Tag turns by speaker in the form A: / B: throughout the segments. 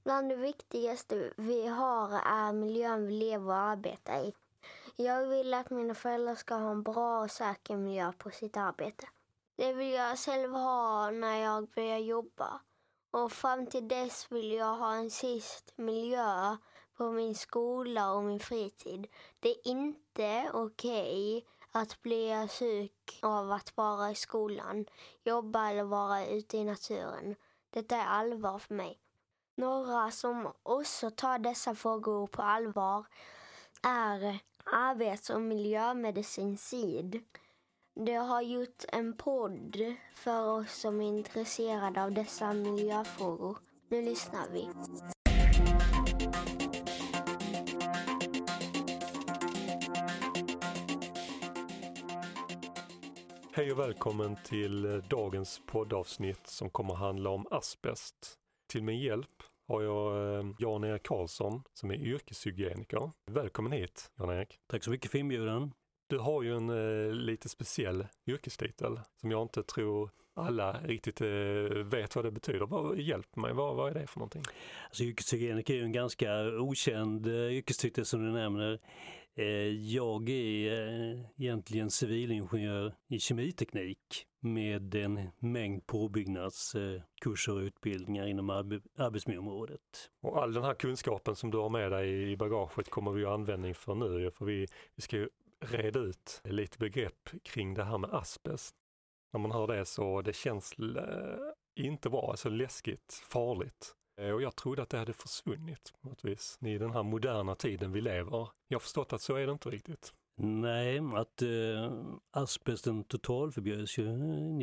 A: Bland det viktigaste vi har är miljön vi lever och arbetar i. Jag vill att mina föräldrar ska ha en bra och säker miljö på sitt arbete. Det vill jag själv ha när jag börjar jobba. Och fram till dess vill jag ha en sist miljö på min skola och min fritid. Det är inte okej att bli sjuk av att vara i skolan, jobba eller vara ute i naturen. Detta är allvar för mig. Några som också tar dessa frågor på allvar är arbets- och miljömedicinsid. De har gjort en podd för oss som är intresserade av dessa miljöfrågor. Nu lyssnar vi.
B: Hej och välkommen till dagens poddavsnitt som kommer att handla om asbest. Till min hjälp har jag Jan-Erik Karlsson som är yrkeshygieniker. Välkommen hit, Jan-Erik.
C: Tack så mycket för inbjudan.
B: Du har ju en lite speciell yrkestitel som jag inte tror alla riktigt vet vad det betyder. Hjälp mig, vad är det för någonting?
C: Alltså, yrkeshygieniker är ju en ganska okänd yrkestitel som du nämner. Jag är egentligen civilingenjör i kemiteknik med en mängd påbyggnadskurser och utbildningar inom arbetsmiljöområdet.
B: Och all den här kunskapen som du har med dig i bagaget kommer vi ju användning för nu. För vi ska ju reda ut lite begrepp kring det här med asbest. När man hör det så det känns inte bra, så läskigt, farligt. Och jag trodde att det hade försvunnit på något vis i den här moderna tiden vi lever. Jag har förstått att så är det inte riktigt.
C: Nej, att asbesten totalförbjöds ju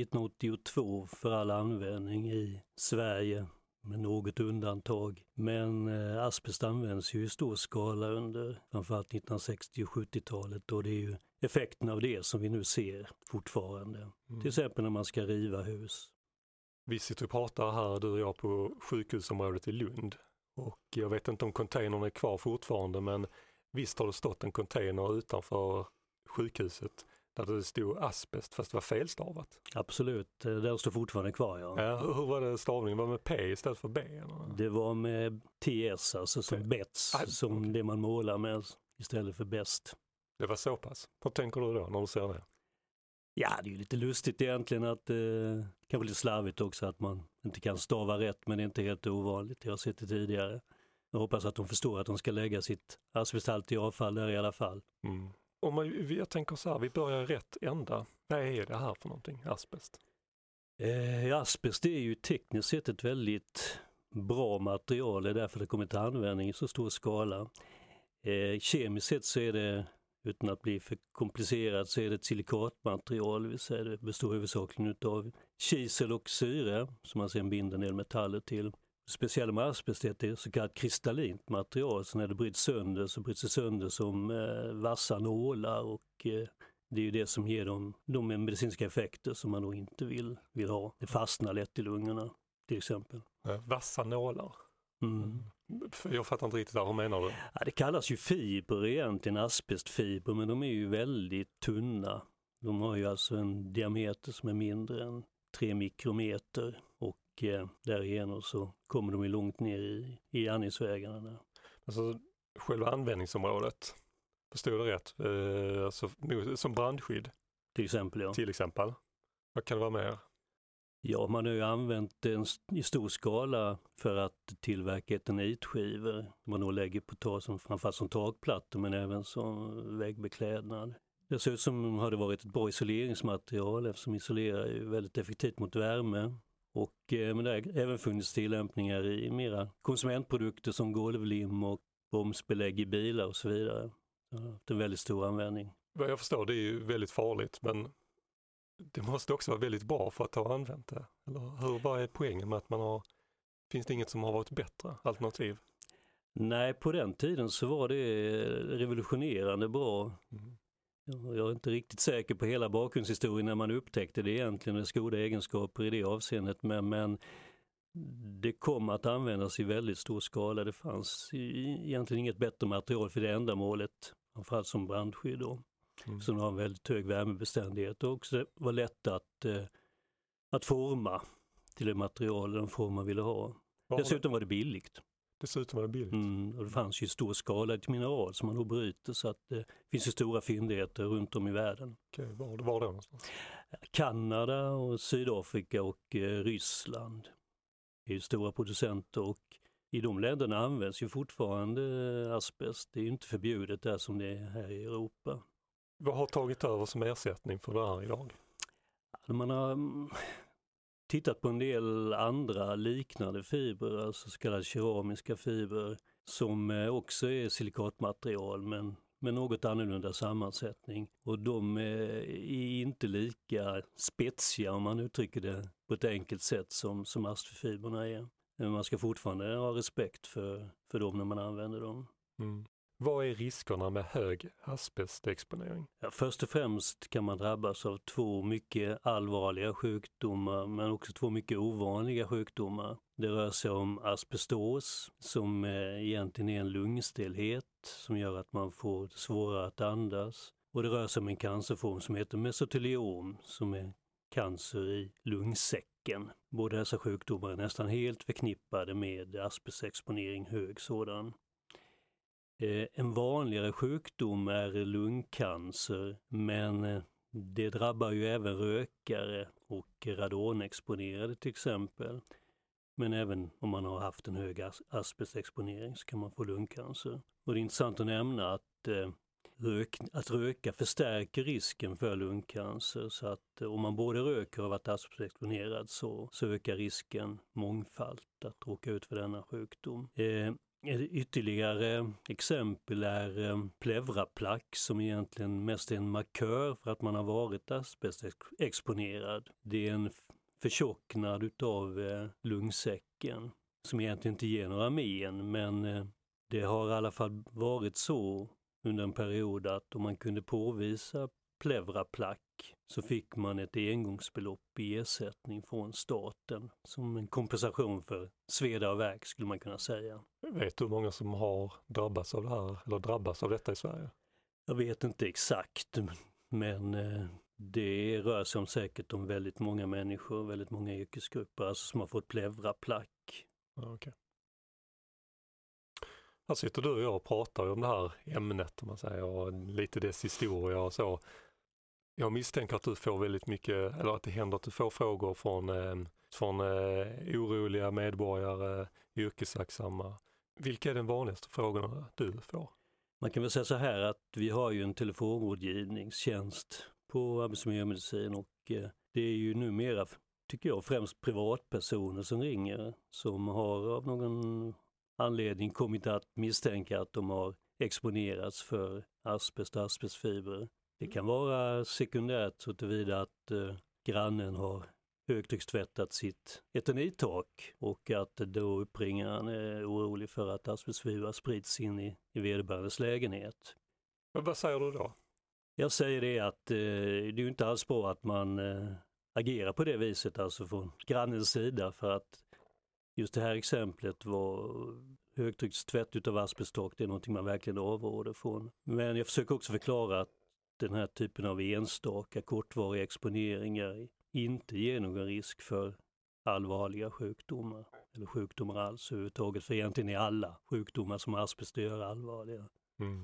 C: 1982 för all användning i Sverige med något undantag. Men asbest används ju i stor skala under framförallt 1960- och 70-talet och det är ju effekten av det som vi nu ser fortfarande. Till exempel när man ska riva hus.
B: Vi sitter och pratar här, du och jag, på sjukhusområdet i Lund. Och jag vet inte om containern är kvar fortfarande, men visst har det stått en container utanför sjukhuset där det stod asbest fast det var felstavat.
C: Absolut, det står fortfarande kvar, ja.
B: Ja, hur var det stavningen? Var det med P istället för B? Eller?
C: Det var med TS, alltså som bets, som okay. Det man målar med istället för bäst.
B: Det var så pass. Vad tänker du då när du ser det?
C: Ja, det är ju lite lustigt egentligen att, kanske lite slarvigt också att man inte kan stava rätt, men det är inte helt ovanligt. Jag har sett det tidigare. Jag hoppas att de förstår att de ska lägga sitt asbesthaltiga avfall där i alla fall.
B: Mm. Jag tänker så här, vi börjar rätt ända. Vad är det här för någonting, asbest?
C: Asbest är ju tekniskt sett ett väldigt bra material, det är därför det kommer till användning i så stor skala. Kemiskt sett så är det, utan att bli för komplicerat, så är det ett silikatmaterial, det vill säga det består huvudsakligen av kisel och syre som man sen binder en del metaller till. Speciellt med asbest är det så kallat kristallint material, så när det bryts sönder så bryts det sönder som vassa nålar och det är ju det som ger de medicinska effekter som man då inte vill ha. Det fastnar lätt i lungorna till exempel.
B: Vassa nålar?
C: Mm.
B: Jag fattar inte riktigt vad menar du?
C: Ja, det kallas ju fiber egentligen, asbestfiber, men de är ju väldigt tunna. De har ju alltså en diameter som är mindre än 3 mikrometer och därigenom så kommer de ju långt ner i andningsvägarna.
B: Alltså själva användningsområdet, förstår du rätt? Alltså, som brandskydd?
C: Till exempel, ja.
B: Till exempel. Vad kan det vara mer?
C: Ja, man har ju använt den i stor skala för att tillverka eternitskivor. Man då lägger på framförallt som takplattor men även som väggbeklädnad. Det ser ut som har det varit ett bra isoleringsmaterial eftersom isolerar är väldigt effektivt mot värme. Och men det har även funnits tillämpningar i mera konsumentprodukter som golvlim och bromsbelägg i bilar och så vidare. Det har haft en väldigt stor användning.
B: Vad jag förstår, det är ju väldigt farligt, men det måste också vara väldigt bra för att ha använt det. Eller vad är poängen med att finns det inget som har varit bättre alternativ?
C: Nej, på den tiden så var det revolutionerande bra. Mm. Jag är inte riktigt säker på hela bakgrundshistorien när man upptäckte det egentligen, dess goda egenskaper i det avseendet, men det kom att användas i väldigt stor skala. Det fanns egentligen inget bättre material för det ändamålet, framförallt som brandskydd då. Som har en väldigt hög värmebeständighet och också var lätt att forma till det material den form man ville ha. Dessutom var det billigt.
B: Dessutom är det billigt.
C: Och det fanns ju storskaligt mineral som man då bryter, så att det finns ju stora fyndigheter runt om i världen.
B: Okej, var då någonstans?
C: Kanada och Sydafrika och Ryssland är ju stora producenter, och i de länderna används ju fortfarande asbest. Det är ju inte förbjudet där som det är här i Europa.
B: Vad har tagit över som ersättning för det här idag?
C: Man har tittat på en del andra liknande fibrer, alltså så kallade keramiska fibrer, som också är silikatmaterial men med något annorlunda sammansättning. Och de är inte lika spetsiga, om man uttrycker det på ett enkelt sätt, som asbestfibrerna är. Men man ska fortfarande ha respekt för dem när man använder dem.
B: Mm. Vad är riskerna med hög asbestexponering?
C: Ja, först och främst kan man drabbas av 2 mycket allvarliga sjukdomar, men också 2 mycket ovanliga sjukdomar. Det rör sig om asbestos, som egentligen är en lungstelhet som gör att man får svårare att andas. Och det rör sig om en cancerform som heter mesoteliom, som är cancer i lungsäcken. Båda dessa sjukdomar är nästan helt förknippade med asbestexponering, hög sådan. En vanligare sjukdom är lungcancer, men det drabbar ju även rökare och radonexponerade till exempel. Men även om man har haft en hög asbestexponering så kan man få lungcancer. Och det är intressant att nämna att röka förstärker risken för lungcancer, så att om man både röker och varit asbestexponerad så ökar risken mångfalt att råka ut för denna sjukdom. Ytterligare exempel är pleuraplack, som egentligen mest är en markör för att man har varit asbestexponerad. Det är en förtjocknad utav lungsäcken som egentligen inte ger några men, det har i alla fall varit så under en period att om man kunde påvisa pleuraplack så fick man ett engångsbelopp i ersättning från staten som en kompensation för sveda och värk, skulle man kunna säga.
B: Vet du hur många som har drabbats av det här eller drabbas av detta i Sverige?
C: Jag vet inte exakt, men det rör sig säkert om väldigt många människor, väldigt många yrkesgrupper, alltså som har fått pleuraplack.
B: Ja, okej. Här sitter du och jag och pratar om det här ämnet, om man säger, och lite dess historia och så. Jag misstänker att du får väldigt mycket, eller att det händer att du får frågor från oroliga medborgare, yrkesverksamma. Vilka är de vanligaste frågorna du får?
C: Man kan väl säga så här att vi har ju en telefonrådgivningstjänst på arbetsmiljömedicin, och det är ju numera, tycker jag, främst privatpersoner som ringer som har av någon anledning kommit att misstänka att de har exponerats för asbest och asbestfibrer. Det kan vara sekundärt så tillvida att grannen har högtryckstvättat sitt eternittak och att då uppringaren är orolig för att asbestfibrer sprids in i vederbörandes lägenhet.
B: Men vad säger du då?
C: Jag säger det att det är ju inte alls bra att man agerar på det viset, alltså från grannens sida, för att just det här exemplet var högtryckstvätt utav asbesttak, det är någonting man verkligen avråder från. Men jag försöker också förklara att den här typen av enstaka kortvariga exponeringar inte ger någon risk för allvarliga sjukdomar eller sjukdomar alls överhuvudtaget, för egentligen är alla sjukdomar som asbest gör allvarliga. Mm.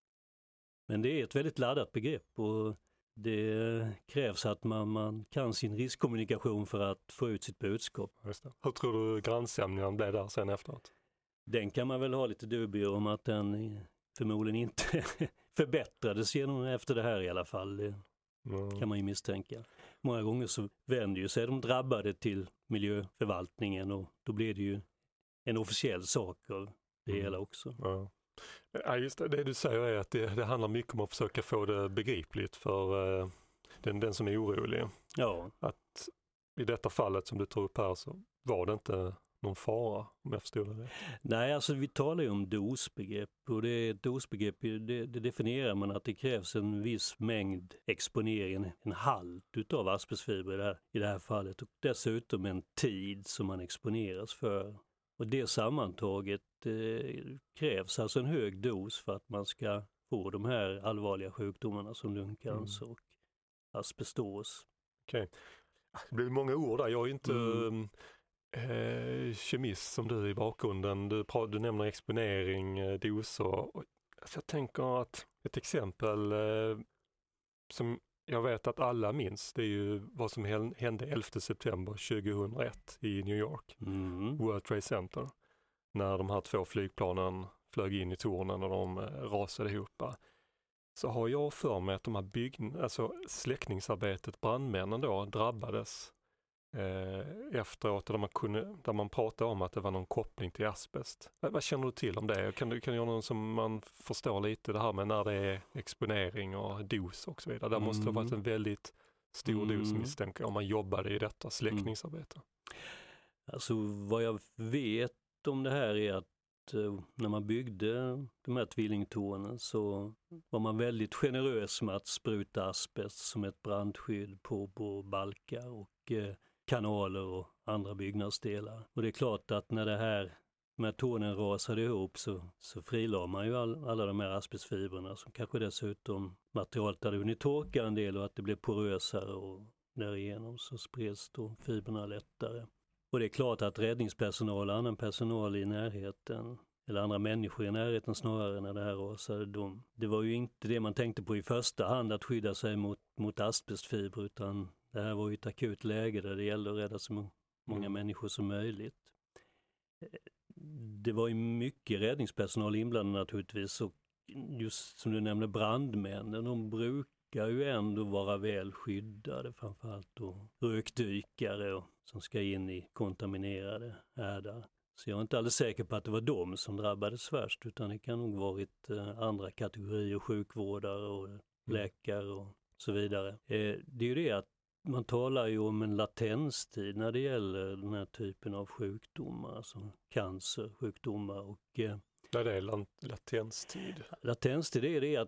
C: Men det är ett väldigt laddat begrepp och det krävs att man kan sin riskkommunikation för att få ut sitt budskap.
B: Just det. Hur tror du grannsämningen blev där sen efteråt?
C: Den kan man väl ha lite dubier om att den förmodligen inte förbättrades efter det här i alla fall. Det kan man ju misstänka. Många gånger så vänder ju sig de drabbade till miljöförvaltningen och då blir det ju en officiell sak av det hela också.
B: Ja. Ja, just det du säger är att det handlar mycket om att försöka få det begripligt för den som är orolig.
C: Ja.
B: Att i detta fallet som du tog upp här så var det inte någon fara, om jag förstod det rätt.
C: Nej, alltså vi talar ju om dosbegrepp och det är ett dosbegrepp, det definierar man att det krävs en viss mängd exponering, en halt utav asbestfibrer i det här fallet och dessutom en tid som man exponeras för. Och det sammantaget krävs alltså en hög dos för att man ska få de här allvarliga sjukdomarna som lungcancer och asbestos.
B: Okej. Det blir många ord där. Jag är inte kemist som du i bakgrunden. Du nämner exponering, doser. Och jag tänker att ett exempel som jag vet att alla minns, det är ju vad som hände 11 september 2001 i New York, World Trade Center. När de här 2 flygplanen flög in i tornen och de rasade ihop. Så har jag för mig att de här släckningsarbetet, brandmännen då, drabbades efteråt där man pratade om att det var någon koppling till asbest. Vad känner du till om det? Kan du göra någon som man förstår lite det här med när det är exponering och dos och så vidare? Där måste det ha varit en väldigt stor dos, misstänker om man jobbade i detta släckningsarbete.
C: Alltså vad jag vet om det här är att när man byggde de här tvillingtornen så var man väldigt generös med att spruta asbest som ett brandskydd på balkar och kanaler och andra byggnadsdelar. Och det är klart att när de här tornen rasade ihop så frilade man ju alla de här asbestfibrerna som kanske dessutom materialet hade hunnit torka en del och att det blev porösare och därigenom så spreds då fibrerna lättare. Och det är klart att räddningspersonal och annan personal i närheten, eller andra människor i närheten snarare när det här rasade, det var ju inte det man tänkte på i första hand att skydda sig mot asbestfibrer, utan det här var ju ett akut läge där det gällde att rädda så många människor som möjligt. Det var ju mycket räddningspersonal inblandad naturligtvis, och just som du nämnde brandmännen, de brukar ju ändå vara väl skyddade, framförallt då rökdykare som ska in i kontaminerade härdar. Så jag är inte alldeles säker på att det var de som drabbades värst, utan det kan nog varit andra kategorier, sjukvårdare och läkare och så vidare. Det är ju det att man talar ju om en latenstid när det gäller den här typen av sjukdomar, alltså cancersjukdomar och
B: Vad är latenstid?
C: Latenstid är det att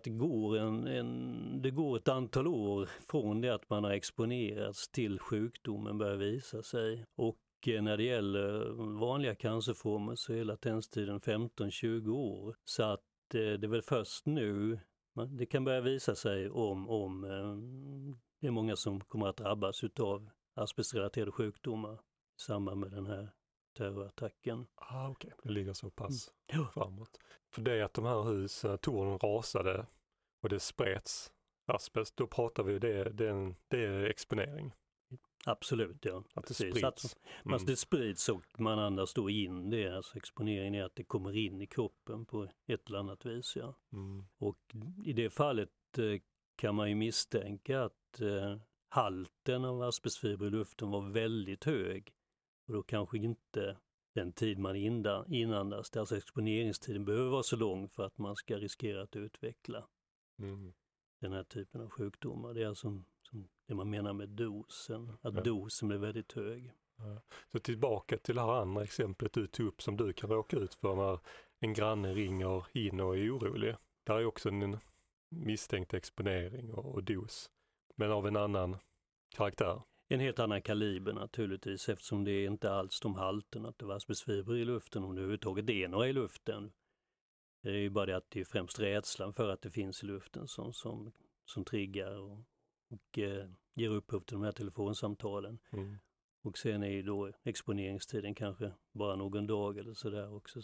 C: det går ett antal år från det att man har exponerats till sjukdomen börjar visa sig. Och när det gäller vanliga cancerformer så är latenstiden 15-20 år. Så att det är väl först nu det kan börja visa sig om det är många som kommer att drabbas utav asbestrelaterade sjukdomar i samband med den här terrorattacken.
B: Okej. Det ligger så pass framåt. För det att de här tornen rasade och det spreds asbest, då pratar vi det är exponering.
C: Absolut, ja.
B: Att det sprids.
C: Det sprids och man andas då in det. Alltså exponering är att det kommer in i kroppen på ett eller annat vis, ja. Och i det fallet kan man ju misstänka att halten av asbestfibrer i luften var väldigt hög. Och då kanske inte den tid man inandas, alltså exponeringstiden behöver vara så lång för att man ska riskera att utveckla den här typen av sjukdomar. Det är alltså det man menar med dosen, att dosen är väldigt hög.
B: Ja. Så tillbaka till det här andra exemplet du tog upp som du kan råka ut för när en granne ringer in och är orolig. Där är också en misstänkt exponering och dos, men av en annan karaktär.
C: En helt annan kaliber naturligtvis, eftersom det är inte alls de halterna att det var asbestfibrer i luften, om det överhuvudtaget är några i luften. Det är ju bara det att det är främst rädslan för att det finns i luften som triggar och ger upphov till de här telefonsamtalen. Och sen är ju då exponeringstiden kanske bara någon dag eller sådär också.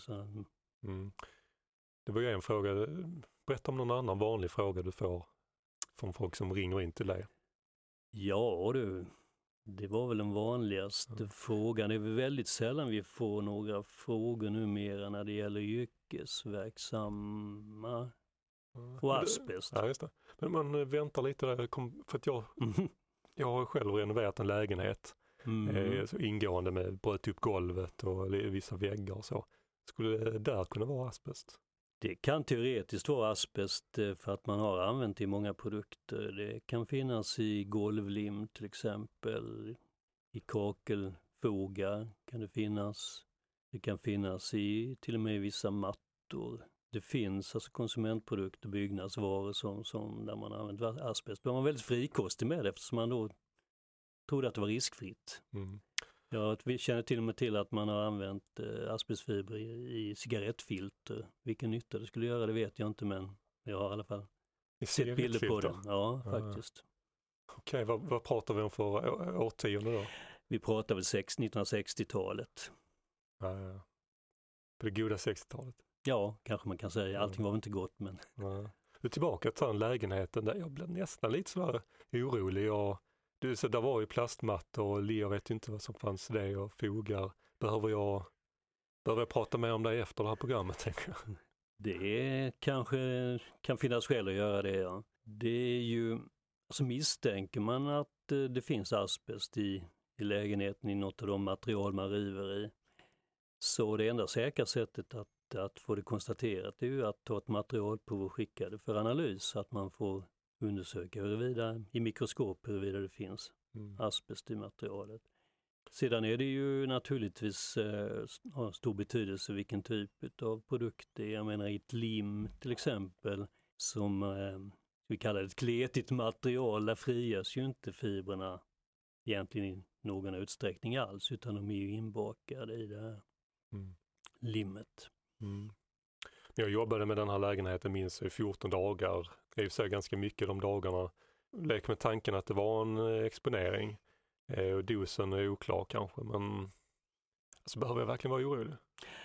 B: Det var ju en fråga. Berätta om någon annan vanlig fråga du får från folk som ringer in till dig.
C: Ja det var väl den vanligaste frågan. Det är väl väldigt sällan vi får några frågor numera när det gäller yrkesverksamma och asbest.
B: Ja, just det. Men man väntar lite där, för att jag har själv renoverat en lägenhet så ingående med bröt upp golvet och vissa väggar och så. Skulle det där kunna vara asbest?
C: Det kan teoretiskt vara asbest för att man har använt det i många produkter. Det kan finnas i golvlim till exempel, i kakelfogar kan det finnas. Det kan finnas i till och med vissa mattor. Det finns alltså konsumentprodukter, byggnadsvaror som där man har använt asbest. Men man är väldigt frikostig med det eftersom man då trodde att det var riskfritt. Vi känner till och med till att man har använt asbestfiber i cigarettfilter. Vilken nytta det skulle göra det vet jag inte, men jag har i alla fall sett bilder på det. Ja, faktiskt.
B: Okej, vad pratar vi om för årtionde då?
C: Vi pratar väl 1960-talet.
B: Ja. På det goda 60-talet.
C: Ja, kanske man kan säga. Allting var väl inte gott, men...
B: Ja. Du är tillbaka till den lägenheten där jag blev nästan lite så här orolig. Så där var ju plastmattor och jag vet inte vad som fanns i det och fogar. Behöver jag prata med om det efter det här programmet, tänker jag?
C: Det kanske kan finnas skäl att göra det, ja. Det är ju, alltså misstänker man att det finns asbest i lägenheten i något av de material man river i. Så det enda säkra sättet att få det konstaterat är ju att ta ett materialprov och skicka det för analys, så att man får undersöka huruvida i mikroskop huruvida det finns asbest i materialet. Sedan är det ju naturligtvis har stor betydelse vilken typ av produkt det är. Jag menar i ett lim till exempel som vi kallar ett kletigt material, där frigörs ju inte fibrerna egentligen i någon utsträckning alls, utan de är ju inbakade i det här limmet.
B: Jag jobbade med den här lägenheten minst i 14 dagar. Det är ju så ganska mycket de dagarna. Lek med tanken att det var en exponering. Och dosen är oklar kanske, men alltså, behöver jag verkligen vara orolig?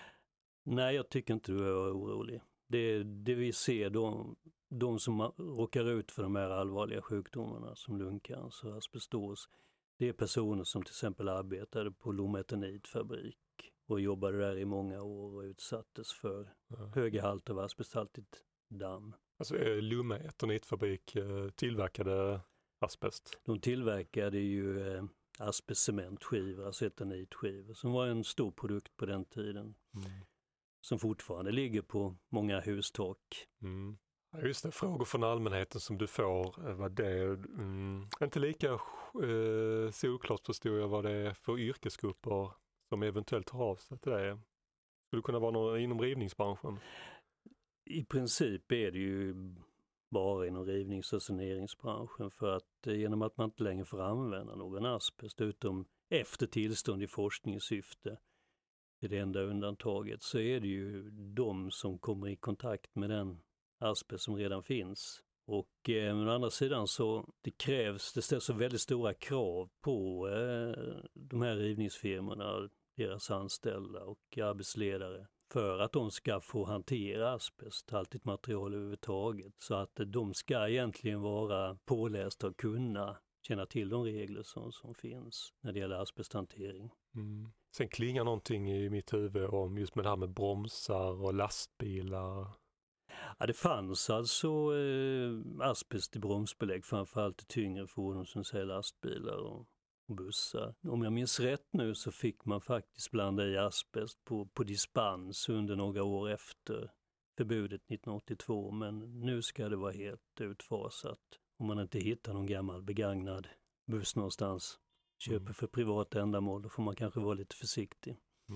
C: Nej, jag tycker inte du är orolig. Det vi ser, de som råkar ut för de här allvarliga sjukdomarna som lungcancer och asbestos, det är personer som till exempel arbetade på Lometanidfabrik och jobbade där i många år och utsattes för höga halter av asbesthaltigt damm.
B: Alltså Lometanidfabrik tillverkade asbest?
C: De tillverkade ju asbestcementskivor, alltså etanitskivor, som var en stor produkt på den tiden. Som fortfarande ligger på många hustak.
B: Ja, just det, frågor från allmänheten som du får, vad det är. Inte lika solklart förstår jag vad det är för yrkesgrupper som eventuellt har av sig till det. Skulle det kunna vara någon inom rivningsbranschen?
C: I princip är det ju bara inom rivnings- och saneringsbranschen, för att genom att man inte längre får använda någon asbest utom efter tillstånd i forskningssyfte, i det enda undantaget, så är det ju de som kommer i kontakt med den asbest som redan finns. Och å andra sidan så det ställs så väldigt stora krav på de här rivningsfirmorna, deras anställda och arbetsledare, för att de ska få hantera asbesthaltigt material överhuvudtaget. Så att de ska egentligen vara pålästa och kunna känna till de regler som finns när det gäller asbesthantering.
B: Sen klingar någonting i mitt huvud om just med det här med bromsar och lastbilar.
C: Ja, det fanns alltså asbest i bromsbelägg, framförallt i tyngre fordon som säger lastbilar och bussar. Om jag minns rätt nu så fick man faktiskt blanda i asbest på dispens under några år efter förbudet 1982, men nu ska det vara helt utfasat. Om man inte hittar någon gammal begagnad buss någonstans, köper för privata ändamål, då får man kanske vara lite försiktig.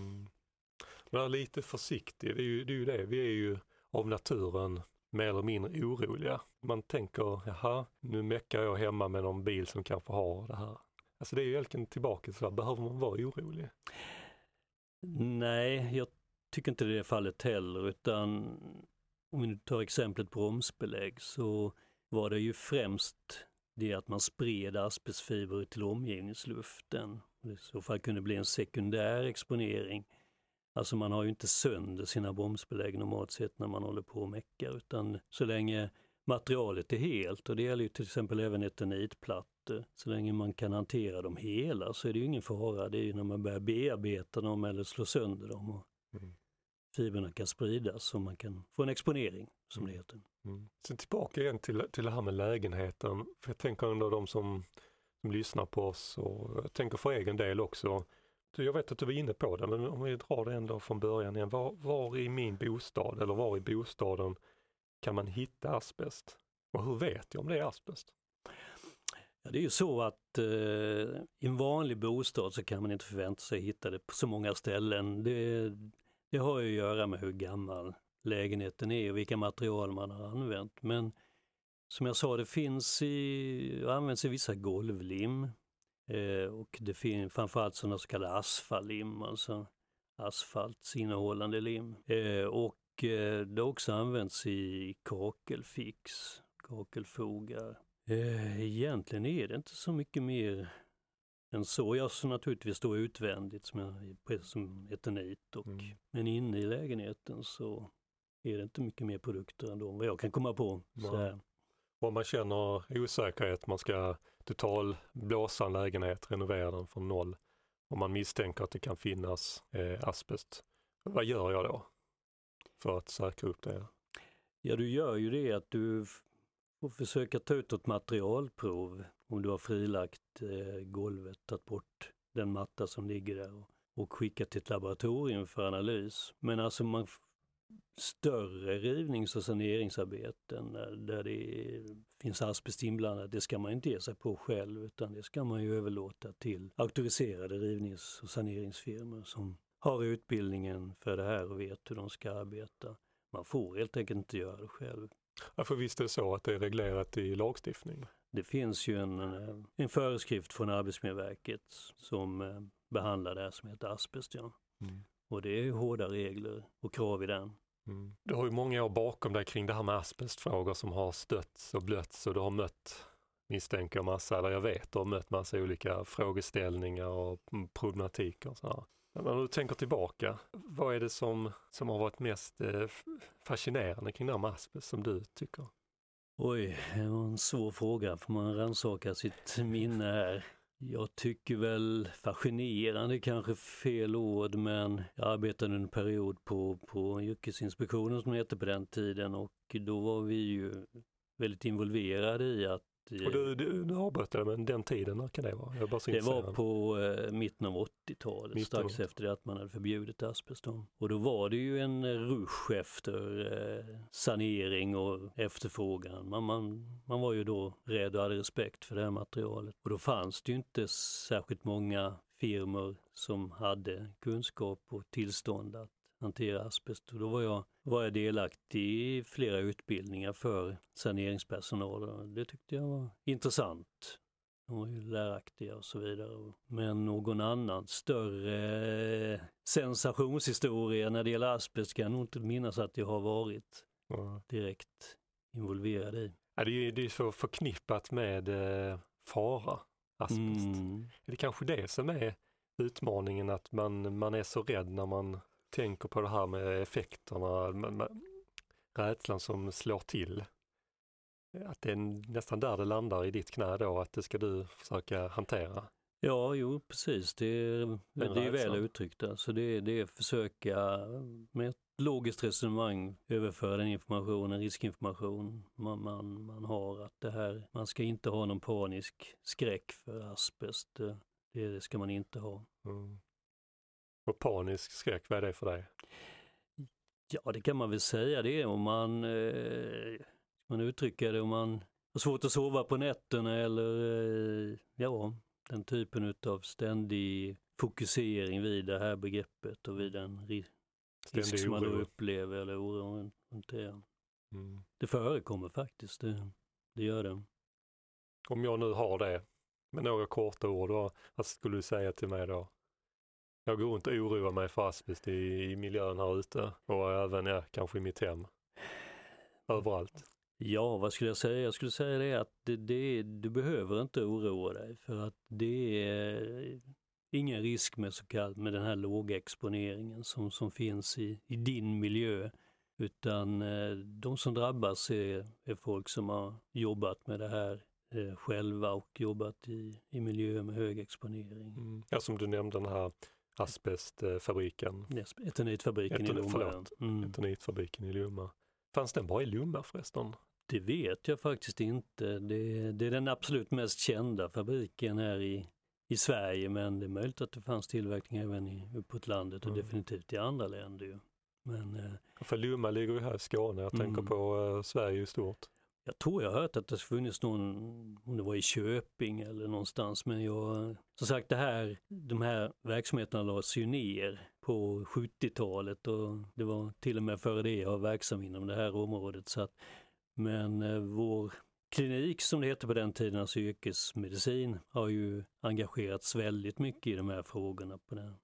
B: Men lite försiktig, det är ju det. Vi är ju av naturen mer eller mindre oroliga. Man tänker, jaha, nu mäckar jag hemma med någon bil som kanske har det här. Alltså det är ju egentligen tillbaka så där, behöver man vara orolig?
C: Nej, jag tycker inte det är fallet heller, utan om vi tar exemplet bromsbelägg, så var det ju främst det att man spred asbestfibrer till omgivningsluften. I så fall kunde det bli en sekundär exponering. Alltså man har ju inte sönder sina bromsbelägg normalt sett när man håller på och mäckar, utan så länge materialet är helt, och det gäller ju till exempel även etanitplattor, så länge man kan hantera dem hela så är det ju ingen fara. Det är ju när man börjar bearbeta dem eller slå sönder dem och fibrerna kan spridas och man kan få en exponering, som det heter.
B: Sen tillbaka igen till det här med lägenheten, för jag tänker ändå de som lyssnar på oss, och jag tänker för egen del också. Jag vet att du var inne på det, men om vi drar det ändå från början igen. Var i min bostad eller var i bostaden kan man hitta asbest? Och hur vet jag om det är asbest?
C: Ja, det är ju så att i en vanlig bostad så kan man inte förvänta sig att hitta det på så många ställen. Det har ju att göra med hur gammal lägenheten är och vilka material man har använt. Men som jag sa, det används i vissa golvlim. Och det finns framförallt sådana så kallade asfaltlim, alltså asfaltsinnehållande lim. Och det har också använts i kakelfix, kakelfogar. Egentligen är det inte så mycket mer En soja som naturligtvis står utvändigt som eternit men inne i lägenheten så är det inte mycket mer produkter än de vad jag kan komma på. Så
B: om man känner osäkerhet, man ska total blåsa en lägenhet, renovera den från noll. Om man misstänker att det kan finnas asbest, vad gör jag då för att säkra upp det?
C: Ja, du gör ju det att du får försöka ta ut ett materialprov om du har frilagt golvet, tagit bort den matta som ligger där och skickat till ett laboratorium för analys. Men alltså större rivnings- och saneringsarbeten där det finns asbest inblandat, det ska man inte ge sig på själv utan det ska man ju överlåta till auktoriserade rivnings- och saneringsfirmor som har utbildningen för det här och vet hur de ska arbeta. Man får helt enkelt inte göra det själv.
B: Ja, för visst är det så att det är reglerat i lagstiftning?
C: Det finns ju en föreskrift från Arbetsmiljöverket som behandlar det här som heter asbest. Ja. Och det är ju hårda regler och krav i den.
B: Du har ju många år bakom dig kring det här med asbestfrågor som har stötts och blötts och du har mött, misstänker jag, jag vet, du har mött massa olika frågeställningar och problematik och så här. Men när du tänker tillbaka, vad är det som har varit mest fascinerande kring det här med asbest som du tycker?
C: Oj, det var en svår fråga, får man rannsaka sitt minne här. Jag tycker väl fascinerande, kanske fel ord, men jag arbetade en period på yrkesinspektionen som det hette på den tiden och då var vi ju väldigt involverade i att...
B: Och du avbröt det, men den tiden, när kan det vara? Jag är bara så
C: det var på mitten av 80-talet, strax efter det att man hade förbjudit asbest. Och då var det ju en rusch efter sanering och efterfrågan. Man var ju då rädd och hade respekt för det här materialet. Och då fanns det ju inte särskilt många firmor som hade kunskap och tillstånd att hantera asbest. Och då var jag delaktig i flera utbildningar för saneringspersonal och det tyckte jag var intressant. De var ju läraktiga och så vidare. Men någon annan större sensationshistoria när det gäller asbest kan jag nog inte minnas att jag har varit direkt involverad i.
B: Ja, det är så förknippat med fara, asbest. Är det kanske det som är utmaningen, att man är så rädd när man tänker på det här med effekterna, rädslan som slår till. Att det är nästan där det landar i ditt knä då, att det ska du försöka hantera.
C: Ja, jo precis. Det är väl uttryckt. Alltså det är försöka med ett logiskt resonemang överföra den informationen, riskinformation man har. Att det här, man ska inte ha någon panisk skräck för asbest. Det ska man inte ha.
B: Och panisk skräck, vad är det för dig?
C: Ja, det kan man väl säga. Det är om man uttrycker det, om man har svårt att sova på nätterna eller den typen av ständig fokusering vid det här begreppet och vid den risk som man då upplever eller oro runt det. Det förekommer faktiskt, det gör det.
B: Om jag nu har det med några korta ord, vad skulle du säga till mig då? Jag går runt och oroar mig för asbest i miljön här ute och även kanske i mitt hem. Överallt.
C: Ja, vad skulle jag säga? Jag skulle säga det att du behöver inte oroa dig för att det är ingen risk med den här låga exponeringen som finns i din miljö. Utan de som drabbas är folk som har jobbat med det här själva och jobbat i miljö med hög exponering.
B: Ja, som du nämnde den här asbestfabriken.
C: Eternitfabriken i Lomma.
B: Eternitfabriken i Lomma. Fanns den bara i Lomma förresten? Det
C: vet jag faktiskt inte. Det är den absolut mest kända fabriken här i Sverige, men det är möjligt att det fanns tillverkning även uppåt landet och definitivt i andra länder. Ju. Men,
B: för Lomma ligger ju här i Skåne, jag tänker på Sverige i stort.
C: Jag tror jag har hört att det funnits någon, om det var i Köping eller någonstans, men som sagt de här verksamheterna lades ju ner på 70-talet och det var till och med före det jag var verksam inom det här området. Men vår klinik som det hette på den tiden, alltså yrkesmedicin, har ju engagerats väldigt mycket i de här frågorna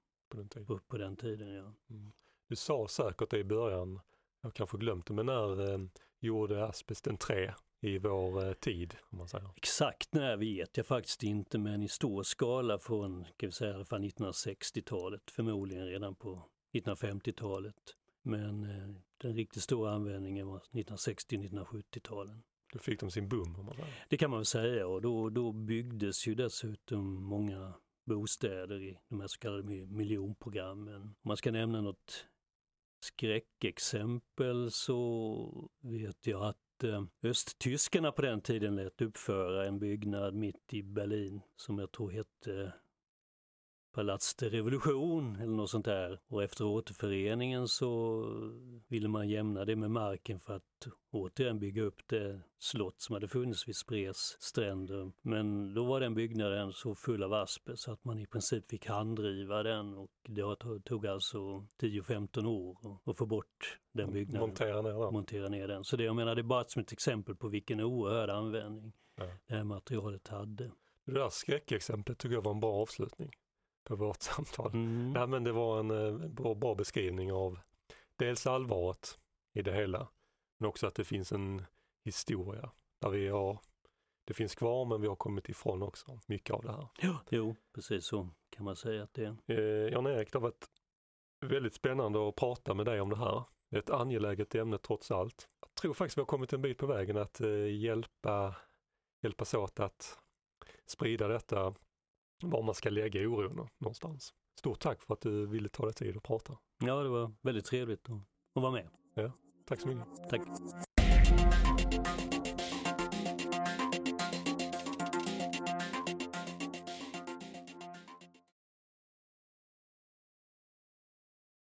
C: på den tiden. Ja.
B: Du sa säkert det i början, jag kanske glömt det, men när gjorde asbest entré i vår tid, om man säger.
C: Exakt när vet jag faktiskt inte, men i stor skala från, kan vi säga, i alla fall 1960-talet, förmodligen redan på 1950-talet. Men den riktigt stora användningen var 1960-1970-talen.
B: Då fick de sin boom, om man säger.
C: Det kan man väl säga, och då byggdes ju dessutom många bostäder i de här så kallade miljonprogrammen. Om man ska nämna något skräckexempel så vet jag att östtyskarna på den tiden lät uppföra en byggnad mitt i Berlin som jag tror hette Palats der Revolution eller något sånt där. Och efter återföreningen så ville man jämna det med marken för att återigen bygga upp det slott som hade funnits vid Sprees stränder. Men då var den byggnaden så full av asbest så att man i princip fick handriva den, och det tog alltså 10-15 år att få bort den byggnaden. Montera ner den. Så det, jag menar, det är bara som ett exempel på vilken oerhörd användning det här materialet hade.
B: Det där skräckexemplet tycker jag var en bra avslutning på vårt samtal. Nej, men det var en bra beskrivning av dels allvaret i det hela, men också att det finns en historia där det finns kvar, men vi har kommit ifrån också mycket av det här.
C: Ja, jo, precis så kan man säga att det är.
B: Jan-Erik, det har varit väldigt spännande att prata med dig om det här. Det är ett angeläget ämne trots allt. Jag tror faktiskt vi har kommit en bit på vägen att hjälpas åt att sprida detta, var man ska lägga oron någonstans. Stort tack för att du ville ta dig tid att prata.
C: Ja, det var väldigt trevligt att vara med.
B: Ja, tack så mycket.
C: Tack.